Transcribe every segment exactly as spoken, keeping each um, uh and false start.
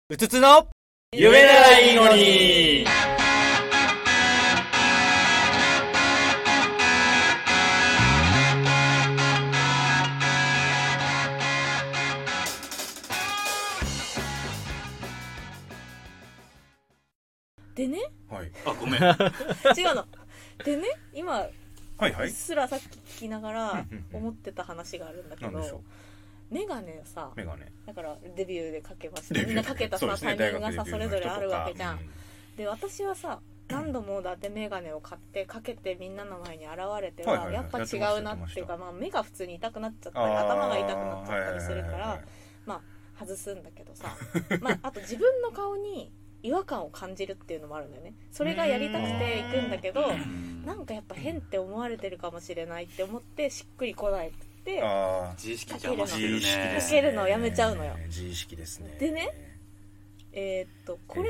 うつつの夢ならいいのに。 でね、 はい、 あ、ごめん違うのでね、今はいはい、 うっすらさっき聞きながら思ってた話があるんだけど、メガネさ、 メガネだからデビューでかけました、みんなかけたさ、ね、タイミングがさそれぞれあるわけじゃん、うん、で私はさ何度もだってメガネを買ってかけてみんなの前に現れては、はいはいはい、やっぱ違うなっていうか、まあ、目が普通に痛くなっちゃったり頭が痛くなっちゃったりするから、はいはいはいはい、まあ外すんだけどさまああと自分の顔に違和感を感じるっていうのもあるんだよね。それがやりたくて行くんだけど、なんかやっぱ変って思われてるかもしれないって思ってしっくりこないくて、 あ自意識邪魔してるね。 かけるのをやめちゃうのよ。 自意識ですね。 でね、えー、っとこれって、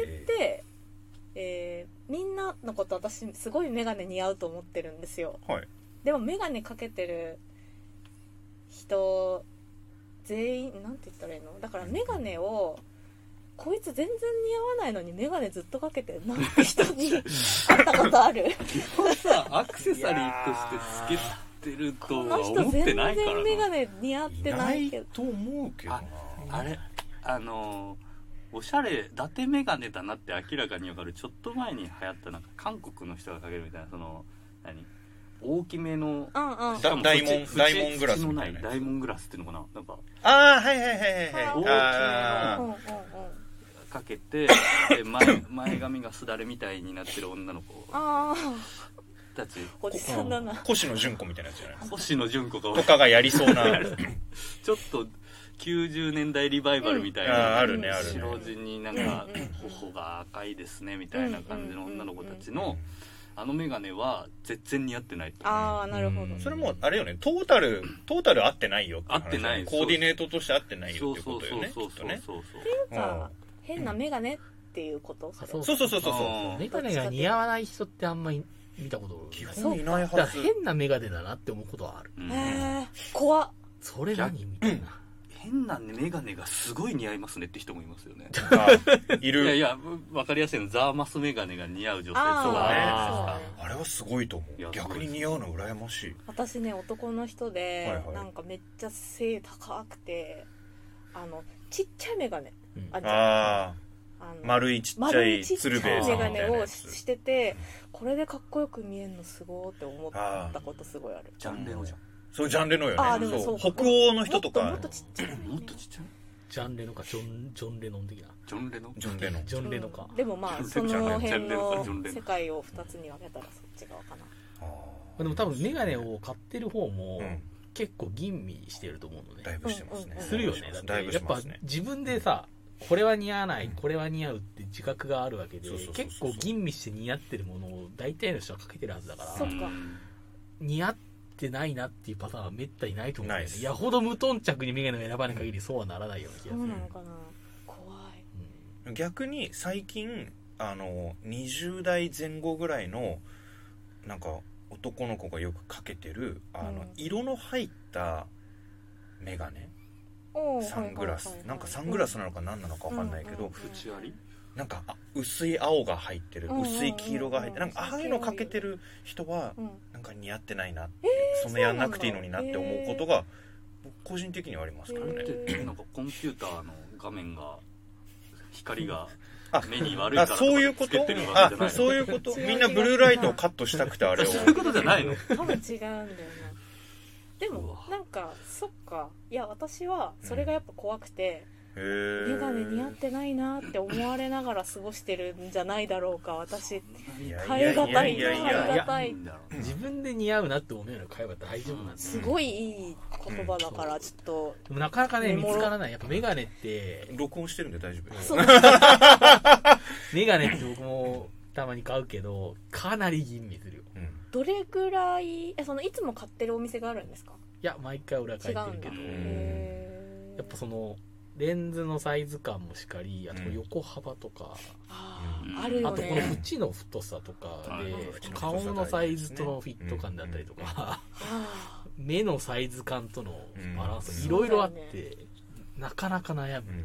えー、みんなのこと私すごいメガネ似合うと思ってるんですよ、 はい、 でもメガネかけてる人全員なんて言ったらいいの、だからメガネをこいつ全然似合わないのにメガネずっとかけてるなんて人に会ったことある基本さアクセサリーとしてつけてるとは思ってないからな。 この人全然メガネ似合ってないけど。 いないと思うけどな。 あ, あれあのおしゃれ伊達メガネだなって明らかに分かる。ちょっと前に流行ったなんか韓国の人がかけるみたいな、その何大きめの、 うんうん、 しかも大門大門グラスみたいな大門グラスっていうのかな、なんかああはいはいはいはいはい、 大きめのかけて前, 前髪がすだれみたいになってる女の子たち、 おじさんだな、 星野純子みたいなやつじゃない星野純子がとかがやりそうなちょっときゅうじゅうねんだいリバイバルみたいな、うん、 ああるねあるね、 白地になんか頬が赤いですねみたいな感じの女の子たちのあのメガネは全然似合ってないと。 ああなるほど。 それもあれよね、トータルトータル合ってないよって合ってない、 コーディネートとして合ってないよってことよね。 そうそうそうそうそうそう。 っていうか変なメガネっていうこと？ そうそうそうそうそう。 メガネが似合わない人ってあんまり見たことない。 基本いないはず。 だから変なメガネだなって思うことはある。 へえ、怖っ。 それ何みたいな。 変なメガネがすごい似合いますねって人もいますよね。 いる。 いやいや分かりやすいの、ザーマスメガネが似合う女性そうだね。 あれはすごいと思う。逆に似合うの羨ましい。 私ね男の人で、はいはい、なんかめっちゃ背高くてあのちっちゃいメガネ、うん、あああの丸いちっちゃい鶴瓶さんみたいなやつメガネをしてて、これでかっこよく見えるのすごーって思ったことすごいある。 ジャンレノじゃん。 そうジャンレノよね。 あでもそう北欧の人とかもっとちっちゃい、 もっとちっちゃいジャンレノかジョンジョンレノン的な。 ジョンレノジョンレノジョンレノか、 うん、でもまあその辺の世界をふたつに分けたらそっち側かな。 あでも多分メガネを買ってる方も、うん、結構吟味してると思うのね。 だいぶしてますね。 するよね。だってやっぱ自分でさこれは似合わない、うん、これは似合うって自覚があるわけで、結構吟味して似合ってるものを大体の人はかけてるはずだから、 そっか似合ってないなっていうパターンはめったにないと思うんですよ。やほど無頓着にメガネを選ばない限りそうはならないような気がする。 そうなのかな。怖い、 うん、逆に最近あのにじゅうだいぜん後ぐらいのなんか男の子がよくかけてるあの、うん、色の入ったメガネ、サングラス、なんかサングラスなのか何なのか分かんないけど、 縁ありなんか薄い青が入ってる、薄い黄色が入ってる、なんかああいうのかけてる人はなんか似合ってないなって、そんなやんなくていいのになって思うことが僕個人的にはありますからね。 なんかコンピューターの画面が光が目に悪いからとかそういうこと、あそういうこと、みんなブルーライトをカットしたくてあれをそういうことじゃないの。 多分違うんだよな。でもなんかそっか、いや私はそれがやっぱ怖くて、うん、メガネ似合ってないなって思われながら過ごしてるんじゃないだろうか私。変えがたい、変えがたい。 自分で似合うなって思うような会話大丈夫なんです。 すごいいい言葉だからちょっと、 うん、でもなかなかね見つからない。やっぱメガネって録音してるんで大丈夫です。 メガネって僕もたまに買うけどかなり吟味するよ、うん、 どれぐらいえそのいつも買ってるお店があるんですか？ いや毎回俺は買ってるけど、やっぱそのレンズのサイズ感もしっかり、あと横幅とか、 うん、あるよね。 あとこの縁の太さとかで、うん、顔のサイズとのフィット感だったりとか、うん、目のサイズ感とのバランスいろいろあって、ね、なかなか悩む、 へ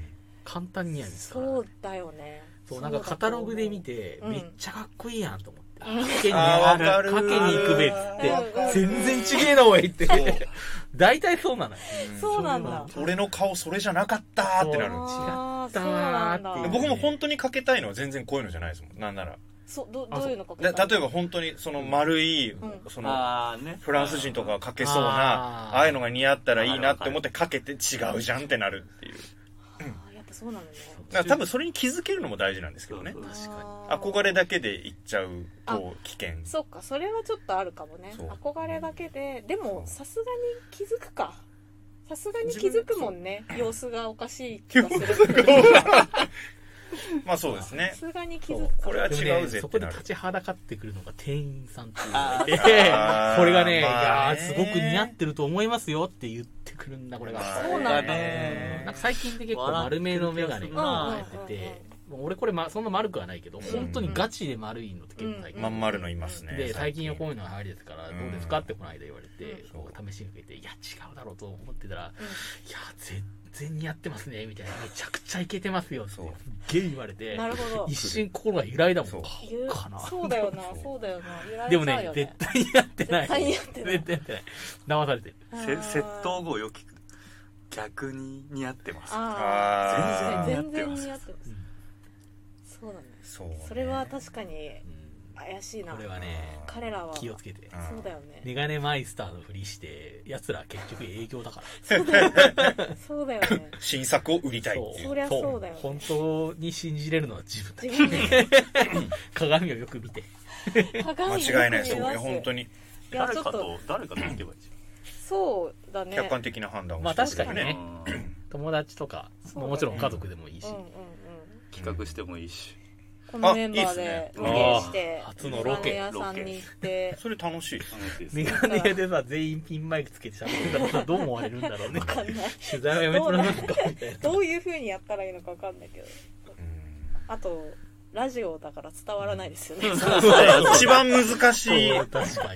簡単に似合うんですから、 そうだよね。 そうなんかカタログで見て、 うんめっちゃかっこいいやんと思って、 うんかけにあーあるわかるかけに行くべっつってわかる全然ちげえなおいって大体そうなのよ。 そうなんだ。 俺の顔それじゃなかったーってなる。 あー違ったそうなんだーっていう僕も本当にかけたいのは全然こういうのじゃないですもん。なんならそうどどういうのかで例えば本当にその丸い、 んそのあーねフランス人とかがかけそうなあーああいうのが似合ったらいいなって思ってかけて違うじゃんってなるっていう。 あーやっぱそうなのね。 だから多分それに気づけるのも大事なんですけどね。 そう確かあー憧れだけでいっちゃうと危険。 そっか、それはちょっとあるかもね。 そう憧れだけででもそうさすがに気づくか。さすがに気づくもんね。様子がおかしい気がするけど。 まあそうですねさ。すがに気そうづくか。 これはでも違うぜねそこでってなる。 立ちはだかってくるのが店員さんっていうのあがいてあーこれがね、 まあねいやーすごく似合ってると思いますよって言ってくるんだこれが。 そうなんだねなんか最近って結構丸めのメガネがうん入ってて、もう俺これ、ま、そんな丸くはないけど、本当にガチで丸いのって結構最近、 まん丸のいますね。 で最近はこういうのが入りですからうんどうですかってこの間言われて、 うんこう試しにかけていや違うだろうと思ってたら、 うんいや全然似合ってますねみたいな、めちゃくちゃイケてますよってすそうっげえ言われてなるほど。 一瞬心が揺らいだもん。 そう買言うおうかな。 そうだよな、そうだよな。揺らいでもちゃうよね絶対似合ってない。 絶対似合ってない絶対似合ってない。騙されてる。 あーせ窃盗後よく聞く逆に似合ってますあーあー全然全然似合似合ってます。そうだね。 そうね。 それは確かにうん怪しいな。 これはね彼らは気をつけて。 うんそうだよね。 メガネマイスターのふりして奴ら結局営業だから。 そうだよね。 新作を売りたいっていう。 そりゃそうだよね本当に信じれるのは自分だけ。 自分で鏡をよく見て。 間鏡違いない。そうよく見ますいや本当にいや誰かちょっとと誰かと聞けばいいじそうだね。 客観的な判断をまあしてくれる確かにねゃん、うん友達とか、 そうだねもちろん家族でもいいし。 うんうんうん。 企画してもいいしこのメンバーあいいっすねでロケしてあー初のロケメガネ屋さんに行ってそれ楽しいですね。 楽しいですメガネ屋でさ、全員ピンマイクつけて喋ってたらどう思われるんだろうね。 わかんない取材はやめてもらえますかみたいな。 どういう風にやったらいいのかわかんないけど、 うんあとラジオだから伝わらないですよね。 一番難しい。 そう確かに。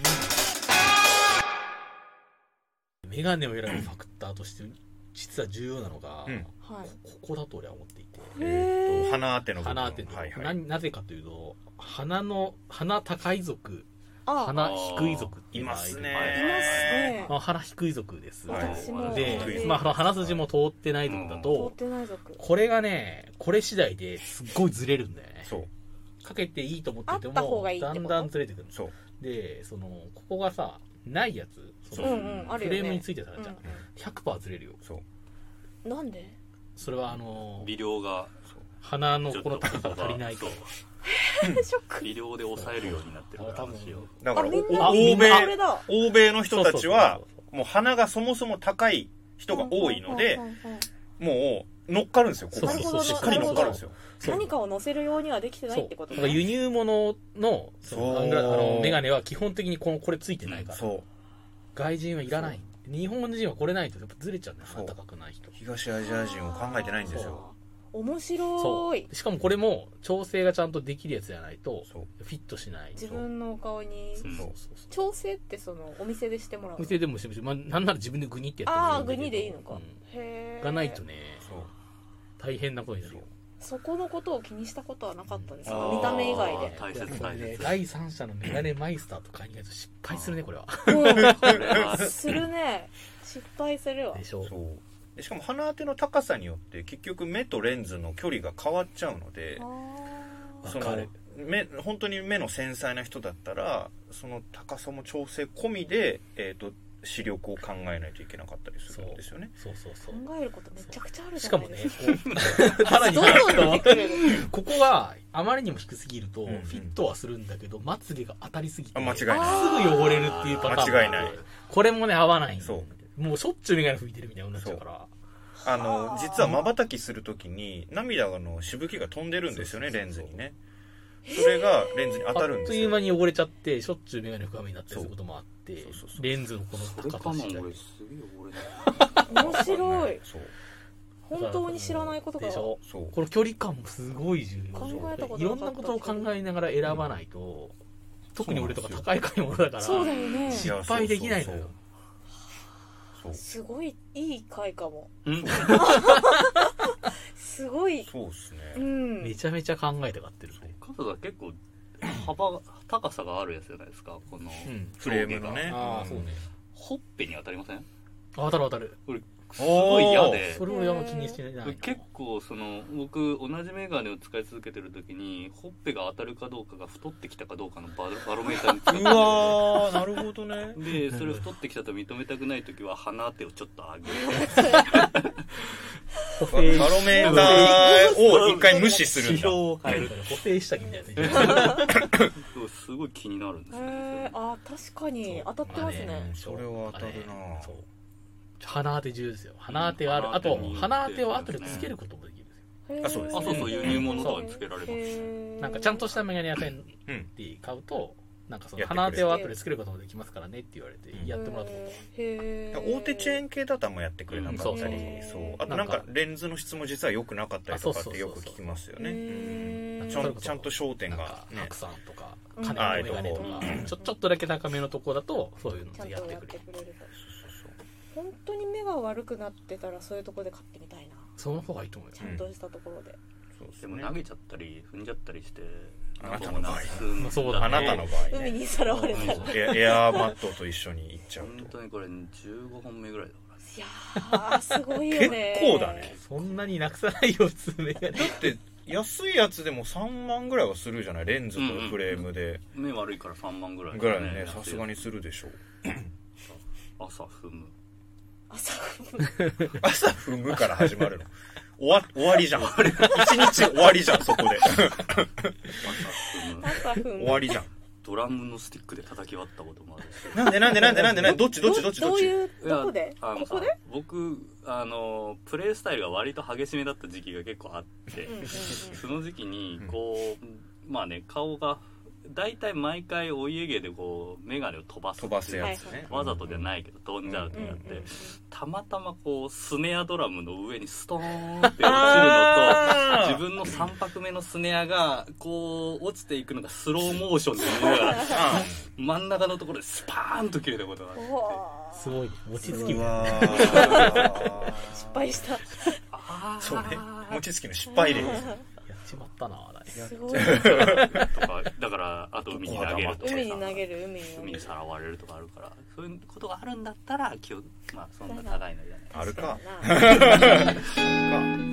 メガネを選ぶファクターとして実は重要なのが、 うんはい。 こここだと俺は思っていて、 えーと鼻当ての部分。 鼻当ての、 はいはい。 ななぜかというと鼻の鼻高い族あ、 鼻低い族っていうのがいますねいますね。 まあ、鼻低い族です、 はい私もで低い、族まあ、鼻筋も通ってない族だ通とっ、てない族。 これがねこれ次第ですっごいずれるんだよね。 そう。 かけていいと思っててあった方もがいいってことだんだんずれてくる。 そう。 でそのここがさないやつ、そのうんうん、あるよね。 フレームについてたらじゃん、 うんひゃくパーセントずれるよ。 そう。 うんなんで？ それはあの微量が鼻のこの高さが足りないと。 ショック。 微量で抑えるようになってるから多分話をだから、 あみんなお欧みんな米、 これだ。 欧米の人たちはそうそうそう、 もう鼻がそもそも高い人が多いのでうん、うんうんうんもう乗っかるんですよ、ここに。 なるほどしっかり乗っかるんですよ。 そう何かを乗せるようにはできてないってことそうだから輸入物のそのアングラあそうのメガネは基本的にこのこれついてないから、 そう。 外人はいらない。日本人はこれないとやっぱずれちゃうんだよ、 そう鼻高くない人。 東アジア人を考えてないんですよ。 面そ白い。 う。しかもこれも調整がちゃんとできるやつじゃないとそう。 フィットしない。 自分のお顔にそうそうそうそう。 調整ってそのお店でしてもらうおの？ 店でもしてもいいし、まあ、なんなら自分でグニってやってもいいんああ、 だけどグニでいいのか。 うんへえ。 がないとねそう。 大変なことになるよ。 そこのことを気にしたことはなかったですあー見た目以外で。 大切これね大切第三者のメガネマイスターと考えると失敗するねこれは。 うんするね。失敗するわで。しょ。 そう。でしかも鼻当ての高さによって結局目とレンズの距離が変わっちゃうので、 あそのわかる目本当に目の繊細な人だったらその高さも調整込みで、えー、と視力を考えないといけなかったりするんですよね。 そうそうそうー考えることめちゃくちゃあるじしかもねゃないですか。 こうさらにどんどん出てくる。 ここがあまりにも低すぎるとうんうんフィットはするんだけどまつげが当たりすぎてあ間違いないすぐ汚れるっていうパターンもあって間違いないこれもね合わないんだそよもうしょっちゅう眼鏡拭いてるみたいになっちゃうからあの実は瞬きするときに涙のしぶきが飛んでるんですよね、レンズにね。それがレンズに当たるんあっとですよ。 いう間に汚れちゃってしょっちゅう眼鏡拭く羽目になったりすることもあってそうそうそうレンズのこのそれかも高さ次第俺すげえ俺面白い。 そう本当に知らないことがでしょそうこの距離感もすごい重要考えたことなかったいろんなことを考えながら選ばないと、特に俺とか高い買い物だからそうだよね。 失敗できないのよ。 そうすごいいい回かも。 うんすごい。 そうですね、 うん、 めちゃめちゃ考えて買ってる。 角が結構幅高さがあるやつじゃないですか、このフレームのね。 ああそうね。 ほっぺに当たりません？ 当たる当たる。 これすごい嫌で、 それ俺は気にしてないな。 結構その僕同じメガネを使い続けてる時にほっぺが当たるかどうかが太ってきたかどうかのバロ、バロメーターに使ってうわーなるほどね。 でそれ太ってきたと認めたくない時は鼻当てをちょっと上げてバロメーターを一回無視するんだ。 補正下着みたいなすごい気になるんですよね。 へー、あ確かに当たってますね。 まあ、ねそれは当たるな。 そう鼻当て重要ですよ。鼻当てがある、うん、あと鼻当てを後でつけることもできるんですよ。 あそうです、ね、 あそうそう輸入物とかにつけられます。 なんかちゃんとしたメガネ屋さんで買うと、なんかその鼻当てを後でつけることもできますからねって言われてやってもらったこと大手チェーン系だとあんまやってくれなかったり、うん、そうそうあとなんかレンズの質も実は良くなかったりとかってよく聞きますよね。ちゃんと焦点がね白山とか金のメガネとかちょちょっとだけ高めのとこだとそういうのでやってくれる。 本当に目が悪くなってたらそういうところで買ってみたいな。 その方がいいと思うよ。 ちゃんとしたところで、 うん、そうでも投げちゃったり踏んじゃったりしてあなたの場合、 まあ、そうだね、 あなたの場合、ね、 海にさらわれたらエ, エアーマットと一緒に行っちゃうと本当にこれじゅうごほんめぐらいだからいやーすごいよね。 結構だね。 そんなになくさないよ普通メガネだって安いやつでもさんまんぐらいはするじゃない、レンズとフレームで、 うんうん、目悪いからさんまんぐらい、ね、 ぐらいね、さすがにするでしょう朝踏む朝踏む朝踏むから始まるの終わ、終わりじゃん一日終わりじゃんそこで朝踏む終わりじゃん。 ドラムのスティックで叩き割ったこともあるしなんでなんでなんでなんでなんでどっちどっちどっちどっちどういうどこであのここで僕あのプレイスタイルが割と激しめだった時期が結構あってうんうん、うん、 その時期にこう、うん、まあね顔が大体毎回お家芸でこうメガネを飛ばす飛ばすやつね、 わざとじゃないけど飛んじゃうってなって、たまたまこうスネアドラムの上にストーンって落ちるのと自分のさん拍目のスネアがこう落ちていくのがスローモーションで見ながら真ん中のところでスパーンと切れたことがあってすごい餅つきわ失敗したあそうね、餅つきの失敗例ですしまったなあすごいとかだからあと海に投げるとかさ海に投げる海に海にさらわれるとかあるからそういうことがあるんだったら気をまあそんな高いのじゃないあるかあるか